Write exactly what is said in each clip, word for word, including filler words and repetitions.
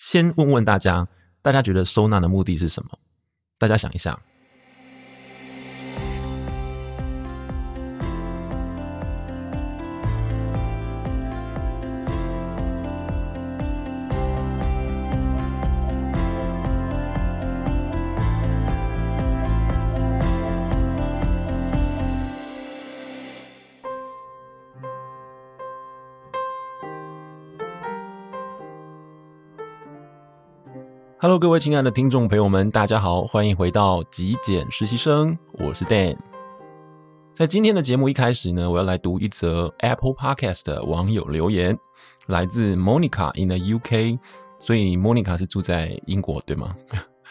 先问问大家，大家觉得收纳的目的是什么？大家想一下。Hello， 各位亲爱的听众朋友们，大家好，欢迎回到极简实习生，我是 Dan。在今天的节目一开始呢，我要来读一则 Apple Podcast 的网友留言，来自 Monica in the U K， 所以 Monica 是住在英国对吗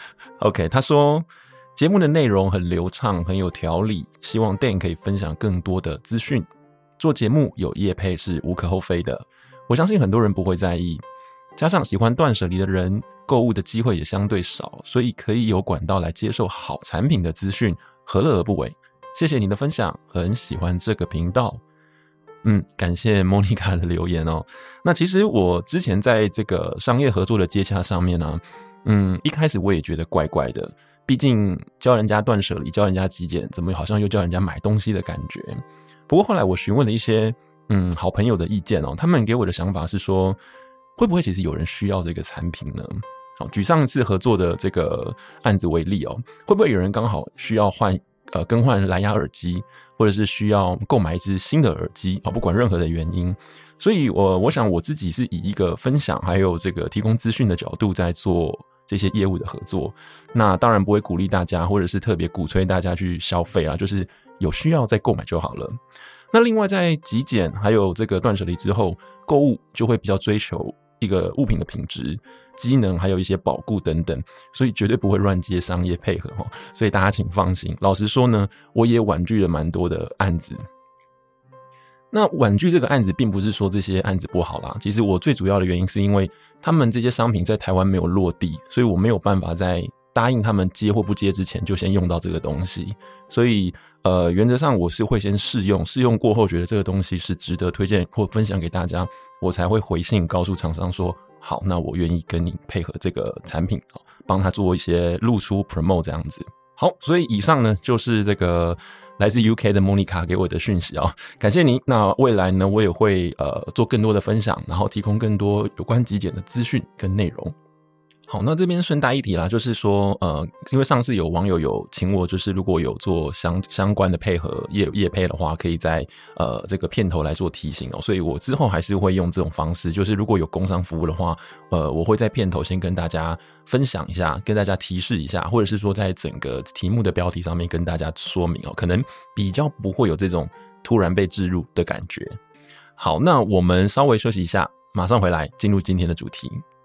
？OK， 他说节目的内容很流畅，很有条理，希望 Dan 可以分享更多的资讯。做节目有业配是无可厚非的，我相信很多人不会在意。加上喜欢断舍离的人，购物的机会也相对少，所以可以有管道来接受好产品的资讯，何乐而不为？谢谢你的分享，很喜欢这个频道。嗯，感谢 Monica 的留言哦。那其实我之前在这个商业合作的接洽上面啊，嗯，一开始我也觉得怪怪的，毕竟教人家断舍离，教人家极简，怎么好像又教人家买东西的感觉？不过后来我询问了一些嗯好朋友的意见哦，他们给我的想法是说，会不会其实有人需要这个产品呢？好，举上次合作的这个案子为例哦，会不会有人刚好需要换呃更换蓝牙耳机，或者是需要购买一支新的耳机？好，不管任何的原因，所以我我想我自己是以一个分享还有这个提供资讯的角度在做这些业务的合作。那当然不会鼓励大家，或者是特别鼓吹大家去消费啦，就是有需要再购买就好了。那另外在极简还有这个断舍离之后，购物就会比较追求一个物品的品质、机能，还有一些保固等等，所以绝对不会乱接商业配合，所以大家请放心。老实说呢，我也婉拒了蛮多的案子。那婉拒这个案子并不是说这些案子不好啦，其实我最主要的原因是因为他们这些商品在台湾没有落地，所以我没有办法在答应他们接或不接之前就先用到这个东西，所以呃，原则上我是会先试用，试用过后觉得这个东西是值得推荐或分享给大家，我才会回信告诉厂商说，好，那我愿意跟你配合这个产品，帮他做一些露出 promote 这样子。好，所以以上呢就是这个来自 U K 的 Monica 给我的讯息哦，感谢你。那未来呢，我也会呃做更多的分享，然后提供更多有关极简的资讯跟内容。好，那这边顺带一提啦，就是说，呃，因为上次有网友有请我，就是如果有做相相关的配合业业配的话，可以在呃这个片头来做提醒哦，所以我之后还是会用这种方式，就是如果有工商服务的话，呃，我会在片头先跟大家分享一下，跟大家提示一下，或者是说在整个题目的标题上面跟大家说明哦，可能比较不会有这种突然被置入的感觉。好，那我们稍微休息一下，马上回来进入今天的主题。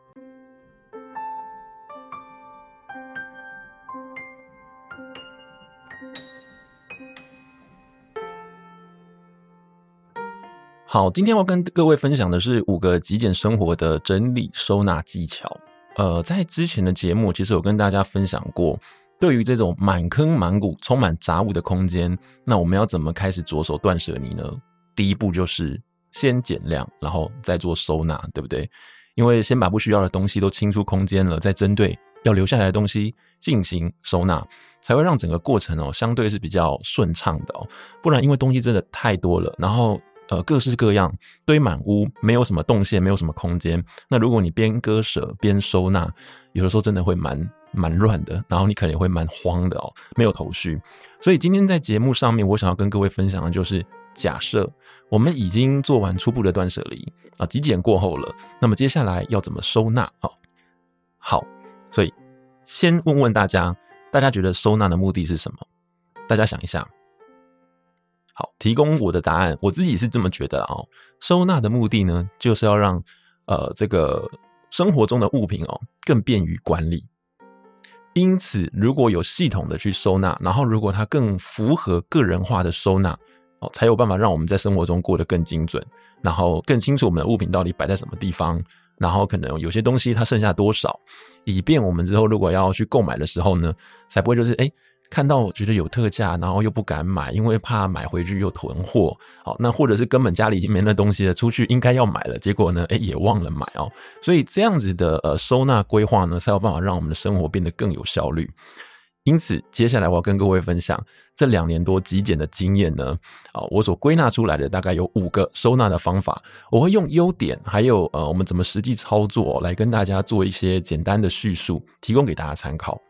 好，今天我要跟各位分享的是五个极简生活的整理收纳技巧。呃，在之前的节目其实有跟大家分享过，对于这种满坑满谷充满杂物的空间，那我们要怎么开始着手断舍离呢？第一步就是先减量，然后再做收纳，对不对？因为先把不需要的东西都清出空间了，再针对要留下来的东西进行收纳，才会让整个过程哦相对是比较顺畅的哦。不然因为东西真的太多了，然后呃，各式各样堆满屋，没有什么动线，没有什么空间。那如果你边割舍边收纳，有的时候真的会蛮蛮乱的，然后你可能也会蛮慌的哦，没有头绪。所以今天在节目上面，我想要跟各位分享的就是，假设我们已经做完初步的断舍离啊，极简过后了，那么接下来要怎么收纳啊？好，所以先问问大家，大家觉得收纳的目的是什么？大家想一下。好，提供我的答案，我自己是这么觉得啦哦。收纳的目的呢，就是要让呃这个生活中的物品哦更便于管理。因此，如果有系统的去收纳，然后如果它更符合个人化的收纳哦，才有办法让我们在生活中过得更精准，然后更清楚我们的物品到底摆在什么地方，然后可能有些东西它剩下多少，以便我们之后如果要去购买的时候呢，才不会就是诶看到觉得有特价，然后又不敢买，因为怕买回去又囤货。好，那或者是根本家里已经没那东西了，出去应该要买了，结果呢，诶也忘了买哦。所以这样子的呃收纳规划呢，才有办法让我们的生活变得更有效率。因此，接下来我要跟各位分享这两年多极简的经验呢，啊，我所归纳出来的大概有五个收纳的方法，我会用优点，还有呃我们怎么实际操作来跟大家做一些简单的叙述，提供给大家参考。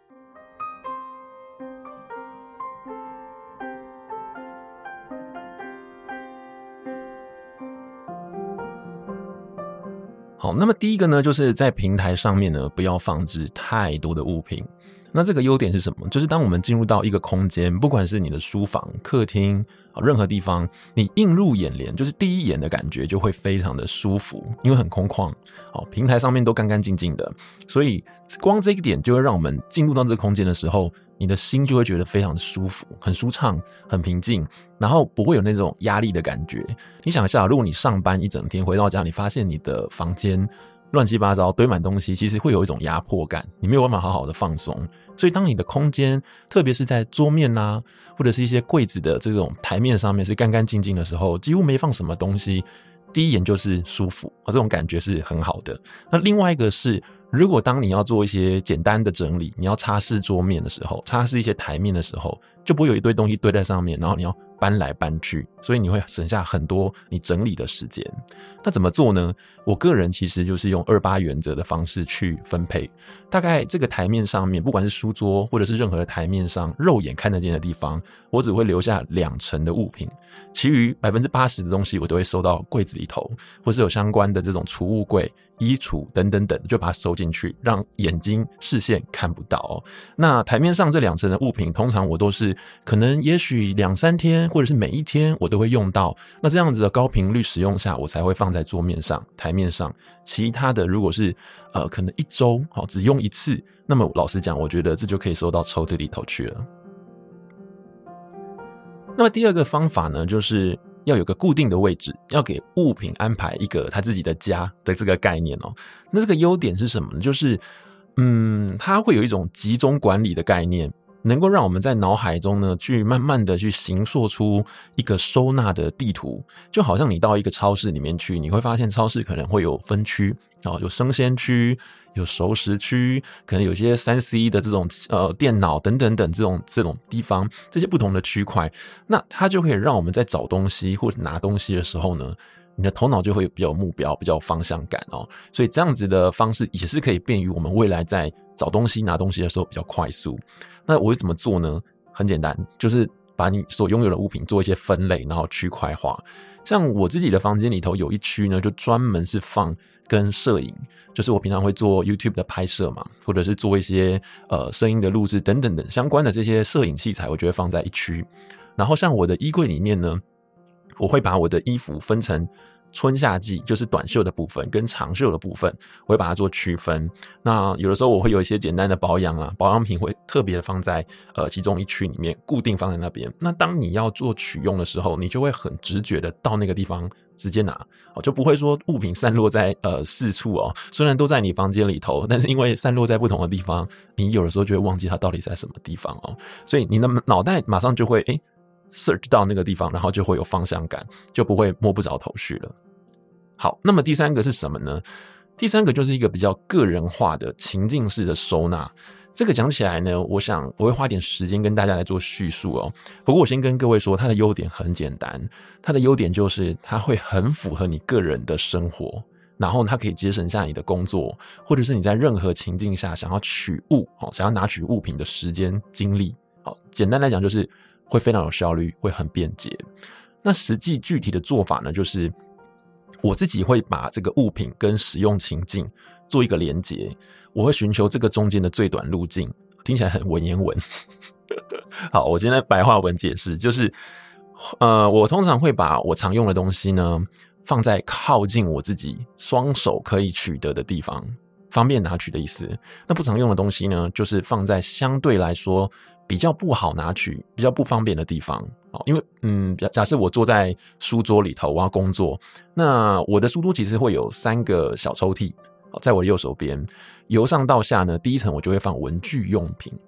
好，那么第一个呢，就是在平台上面呢，不要放置太多的物品。那这个优点是什么？就是当我们进入到一个空间，不管是你的书房、客厅，任何地方，你映入眼帘，就是第一眼的感觉就会非常的舒服，因为很空旷，平台上面都干干净净的，所以光这一点就会让我们进入到这个空间的时候，你的心就会觉得非常的舒服，很舒畅，很平静，然后不会有那种压力的感觉。你想一下，如果你上班一整天回到家，你发现你的房间乱七八糟堆满东西，其实会有一种压迫感，你没有办法好好的放松。所以当你的空间特别是在桌面啊，或者是一些柜子的这种台面上面是干干净净的时候，几乎没放什么东西，第一眼就是舒服，这种感觉是很好的。那另外一个是，如果当你要做一些简单的整理，你要擦拭桌面的时候，擦拭一些台面的时候，就不会有一堆东西堆在上面，然后你要搬来搬去，所以你会省下很多你整理的时间。那怎么做呢？我个人其实就是用二八原则的方式去分配，大概这个台面上面，不管是书桌或者是任何的台面上肉眼看得见的地方，我只会留下两成的物品，其余 百分之八十 的东西我都会收到柜子里头，或是有相关的这种储物柜、衣橱等等等，就把它收进去，让眼睛视线看不到哦。那台面上这两层的物品，通常我都是可能也许两三天，或者是每一天我都会用到。那这样子的高频率使用下，我才会放在桌面上、台面上。其他的如果是呃可能一周好只用一次，那么老实讲，我觉得这就可以收到抽屉里头去了。那么第二个方法呢，就是要有个固定的位置，要给物品安排一个他自己的家的这个概念哦。那这个优点是什么呢？就是嗯，它会有一种集中管理的概念，能够让我们在脑海中呢，去慢慢的去形塑出一个收纳的地图。就好像你到一个超市里面去，你会发现超市可能会有分区，哦，有生鲜区，有熟食区，可能有些 三 C 的这种呃电脑等等等这种这种地方，这些不同的区块，那它就可以让我们在找东西或者拿东西的时候呢，你的头脑就会比较有目标，比较有方向感哦。所以这样子的方式也是可以便于我们未来在找东西拿东西的时候比较快速。那我会怎么做呢？很简单，就是把你所拥有的物品做一些分类，然后区块化。像我自己的房间里头有一区呢，就专门是放跟摄影，就是我平常会做 YouTube 的拍摄嘛，或者是做一些呃声音的录制等等等相关的这些摄影器材，我就会放在一区。然后像我的衣柜里面呢，我会把我的衣服分成春夏季，就是短袖的部分跟长袖的部分，我会把它做区分。那有的时候我会有一些简单的保养啊，保养品会特别的放在呃其中一区里面，固定放在那边。那当你要做取用的时候，你就会很直觉的到那个地方直接拿，就不会说物品散落在呃四处哦。虽然都在你房间里头，但是因为散落在不同的地方，你有的时候就会忘记它到底在什么地方哦。所以你的脑袋马上就会诶 search 到那个地方，然后就会有方向感，就不会摸不着头绪了。好，那么第三个是什么呢？第三个就是一个比较个人化的情境式的收纳。这个讲起来呢，我想我会花点时间跟大家来做叙述哦。不过我先跟各位说，它的优点很简单，它的优点就是它会很符合你个人的生活，然后它可以节省下你的工作，或者是你在任何情境下想要取物，想要拿取物品的时间精力。简单来讲就是会非常有效率，会很便捷。那实际具体的做法呢，就是我自己会把这个物品跟使用情境做一个连结，我会寻求这个中间的最短路径。听起来很文言文好，我今天白话文解释，就是呃，我通常会把我常用的东西呢放在靠近我自己双手可以取得的地方，方便拿取的意思。那不常用的东西呢，就是放在相对来说比较不好拿取、比较不方便的地方。因为嗯，假设我坐在书桌里头，我要工作，那我的书桌其实会有三个小抽屉，在我的右手边，由上到下呢，第一层我就会放文具用品，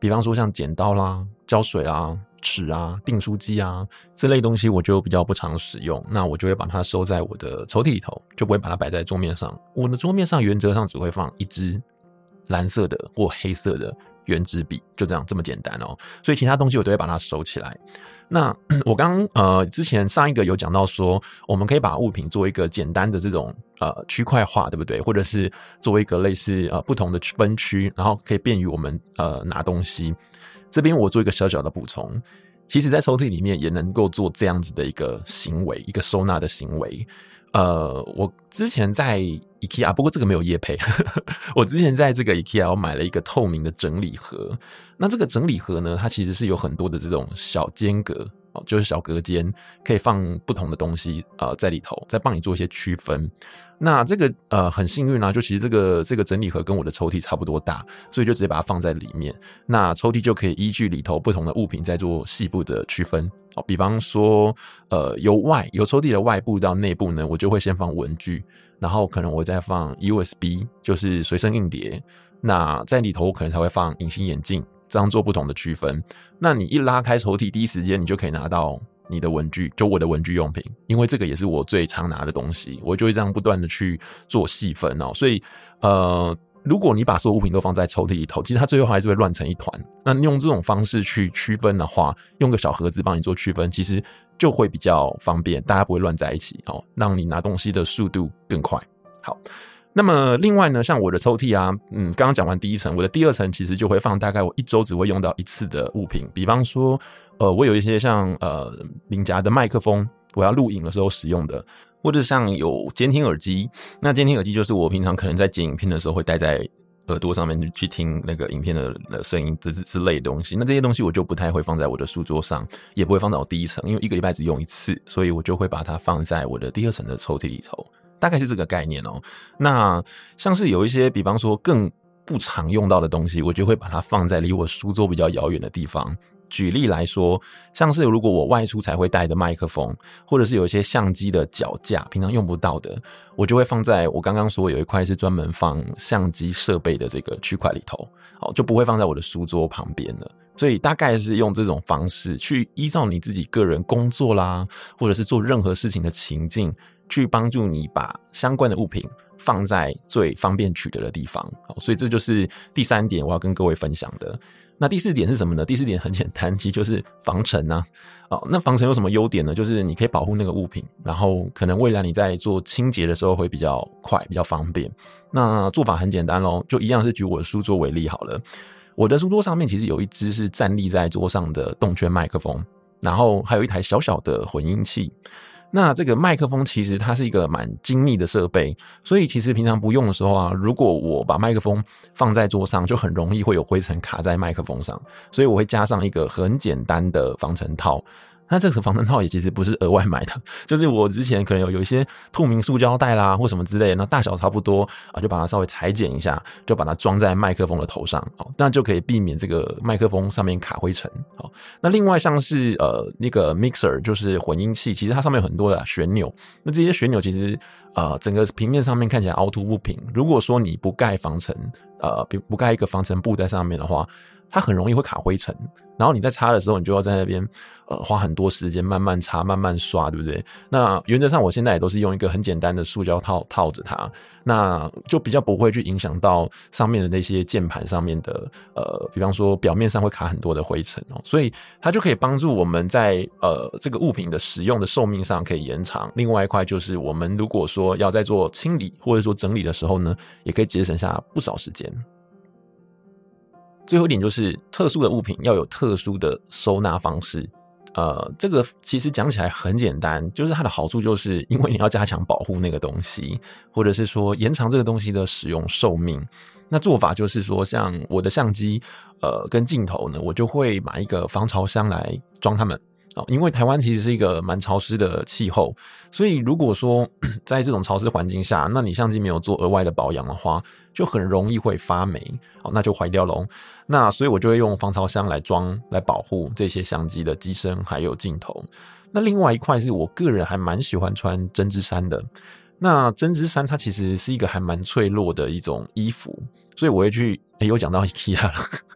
比方说像剪刀啦、胶水啊、尺啊、订书机啊这类东西，我就比较不常使用，那我就会把它收在我的抽屉里头，就不会把它摆在桌面上。我的桌面上原则上只会放一支蓝色的或黑色的圆珠笔，就这样这么简单哦。所以其他东西我都会把它收起来。那我刚呃之前上一个有讲到说，我们可以把物品做一个简单的这种呃区块化，对不对？或者是做一个类似呃不同的分区，然后可以便于我们呃拿东西。这边我做一个小小的补充，其实在抽屉里面也能够做这样子的一个行为，一个收纳的行为。呃，我之前在 IKEA， 不过这个没有业配我之前在这个 IKEA 我买了一个透明的整理盒。那这个整理盒呢，它其实是有很多的这种小间隔，就是小隔间，可以放不同的东西呃在里头，再帮你做一些区分。那这个呃很幸运啊，就其实这个这个整理盒跟我的抽屉差不多大，所以就直接把它放在里面。那抽屉就可以依据里头不同的物品再做细部的区分。哦，比方说呃由外由抽屉的外部到内部呢，我就会先放文具，然后可能我再放 U S B， 就是随身硬碟。那在里头我可能才会放隐形眼镜，这样做不同的区分。那你一拉开抽屉，第一时间你就可以拿到你的文具，就我的文具用品，因为这个也是我最常拿的东西，我就会这样不断的去做细分哦。所以呃，如果你把所有物品都放在抽屉里头，其实它最后还是会乱成一团。那用这种方式去区分的话，用个小盒子帮你做区分，其实就会比较方便，大家不会乱在一起哦，让你拿东西的速度更快。好。那么另外呢，像我的抽屉啊，嗯，刚刚讲完第一层，我的第二层其实就会放大概我一周只会用到一次的物品，比方说，呃，我有一些像呃领夹的麦克风，我要录影的时候使用的，或者像有监听耳机，那监听耳机就是我平常可能在剪影片的时候会戴在耳朵上面去听那个影片的声音之之类的东西，那这些东西我就不太会放在我的书桌上，也不会放在我第一层，因为一个礼拜只用一次，所以我就会把它放在我的第二层的抽屉里头。大概是这个概念哦。那像是有一些比方说更不常用到的东西，我就会把它放在离我书桌比较遥远的地方。举例来说，像是如果我外出才会带的麦克风，或者是有一些相机的脚架，平常用不到的，我就会放在我刚刚说有一块是专门放相机设备的这个区块里头，就不会放在我的书桌旁边了。所以大概是用这种方式去依照你自己个人工作啦，或者是做任何事情的情境，去帮助你把相关的物品放在最方便取得的地方。所以这就是第三点我要跟各位分享的。那第四点是什么呢？第四点很简单，其实就是防尘啊。哦，那防尘有什么优点呢？就是你可以保护那个物品，然后可能未来你在做清洁的时候会比较快，比较方便。那做法很简单咯，就一样是举我的书桌为例好了。我的书桌上面其实有一支是站立在桌上的动圈麦克风，然后还有一台小小的混音器。那这个麦克风其实它是一个蛮精密的设备，所以其实平常不用的时候啊，如果我把麦克风放在桌上，就很容易会有灰尘卡在麦克风上，所以我会加上一个很简单的防尘套。那这个防尘套也其实不是额外买的，就是我之前可能有有一些透明塑胶袋啦或什么之类的，那大小差不多啊，就把它稍微裁剪一下，就把它装在麦克风的头上，好，那就可以避免这个麦克风上面卡灰尘。好，那另外像是呃那个 mixer 就是混音器，其实它上面有很多的旋钮，那这些旋钮其实呃整个平面上面看起来凹凸不平，如果说你不盖防尘呃不盖一个防尘布在上面的话，它很容易会卡灰尘，然后你在擦的时候，你就要在那边呃花很多时间慢慢擦、慢慢刷，对不对？那原则上我现在也都是用一个很简单的塑胶套套着它，那就比较不会去影响到上面的那些键盘上面的呃，比方说表面上会卡很多的灰尘哦，所以它就可以帮助我们在呃这个物品的使用的寿命上可以延长。另外一块就是我们如果说要在做清理或者说整理的时候呢，也可以节省下不少时间。最后一点就是特殊的物品要有特殊的收纳方式。呃，这个其实讲起来很简单，就是它的好处就是因为你要加强保护那个东西，或者是说延长这个东西的使用寿命。那做法就是说，像我的相机呃跟镜头呢，我就会买一个防潮箱来装它们。哦，因为台湾其实是一个蛮潮湿的气候，所以如果说在这种潮湿环境下，那你相机没有做额外的保养的话，就很容易会发霉，哦，那就坏掉咯。那所以我就会用防潮箱来装，来保护这些相机的机身还有镜头。那另外一块是我个人还蛮喜欢穿针织衫的。那针织衫它其实是一个还蛮脆弱的一种衣服，所以我会去，诶，有讲到 IKEA 了，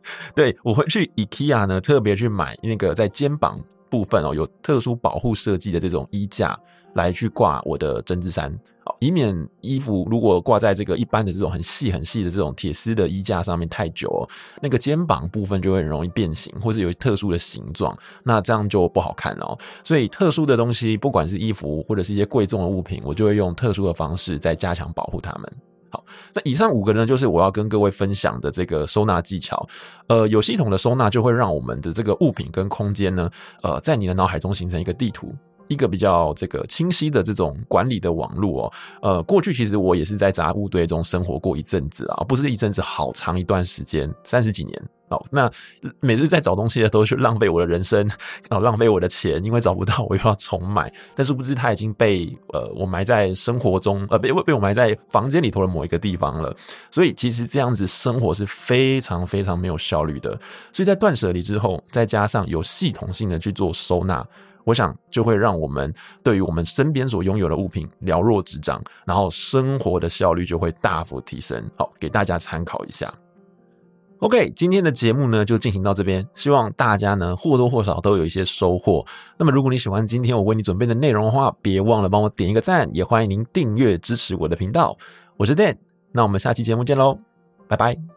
对，我会去 IKEA 呢，特别去买那个在肩膀部分哦有特殊保护设计的这种衣架来去挂我的针织衫，以免衣服如果挂在这个一般的这种很细很细的这种铁丝的衣架上面太久哦，那个肩膀部分就会很容易变形，或是有特殊的形状，那这样就不好看了哦。所以特殊的东西，不管是衣服或者是一些贵重的物品，我就会用特殊的方式再加强保护它们。好，那以上五个呢，就是我要跟各位分享的这个收纳技巧。呃，有系统的收纳就会让我们的这个物品跟空间呢，呃，在你的脑海中形成一个地图。一个比较这个清晰的这种管理的网络哦，呃，过去其实我也是在杂物堆中生活过一阵子啊，不是一阵子，好长一段时间，三十几年。哦，那每次在找东西的都是浪费我的人生，哦，浪费我的钱，因为找不到我又要重买，但是不知它已经被呃我埋在生活中，呃被被我埋在房间里头的某一个地方了。所以其实这样子生活是非常非常没有效率的。所以在断舍离之后，再加上有系统性的去做收纳，我想就会让我们对于我们身边所拥有的物品了若指掌，然后生活的效率就会大幅提升。好，给大家参考一下。OK， 今天的节目呢就进行到这边，希望大家呢或多或少都有一些收获。那么如果你喜欢今天我为你准备的内容的话，别忘了帮我点一个赞，也欢迎您订阅支持我的频道。我是 Dan， 那我们下期节目见咯，拜拜。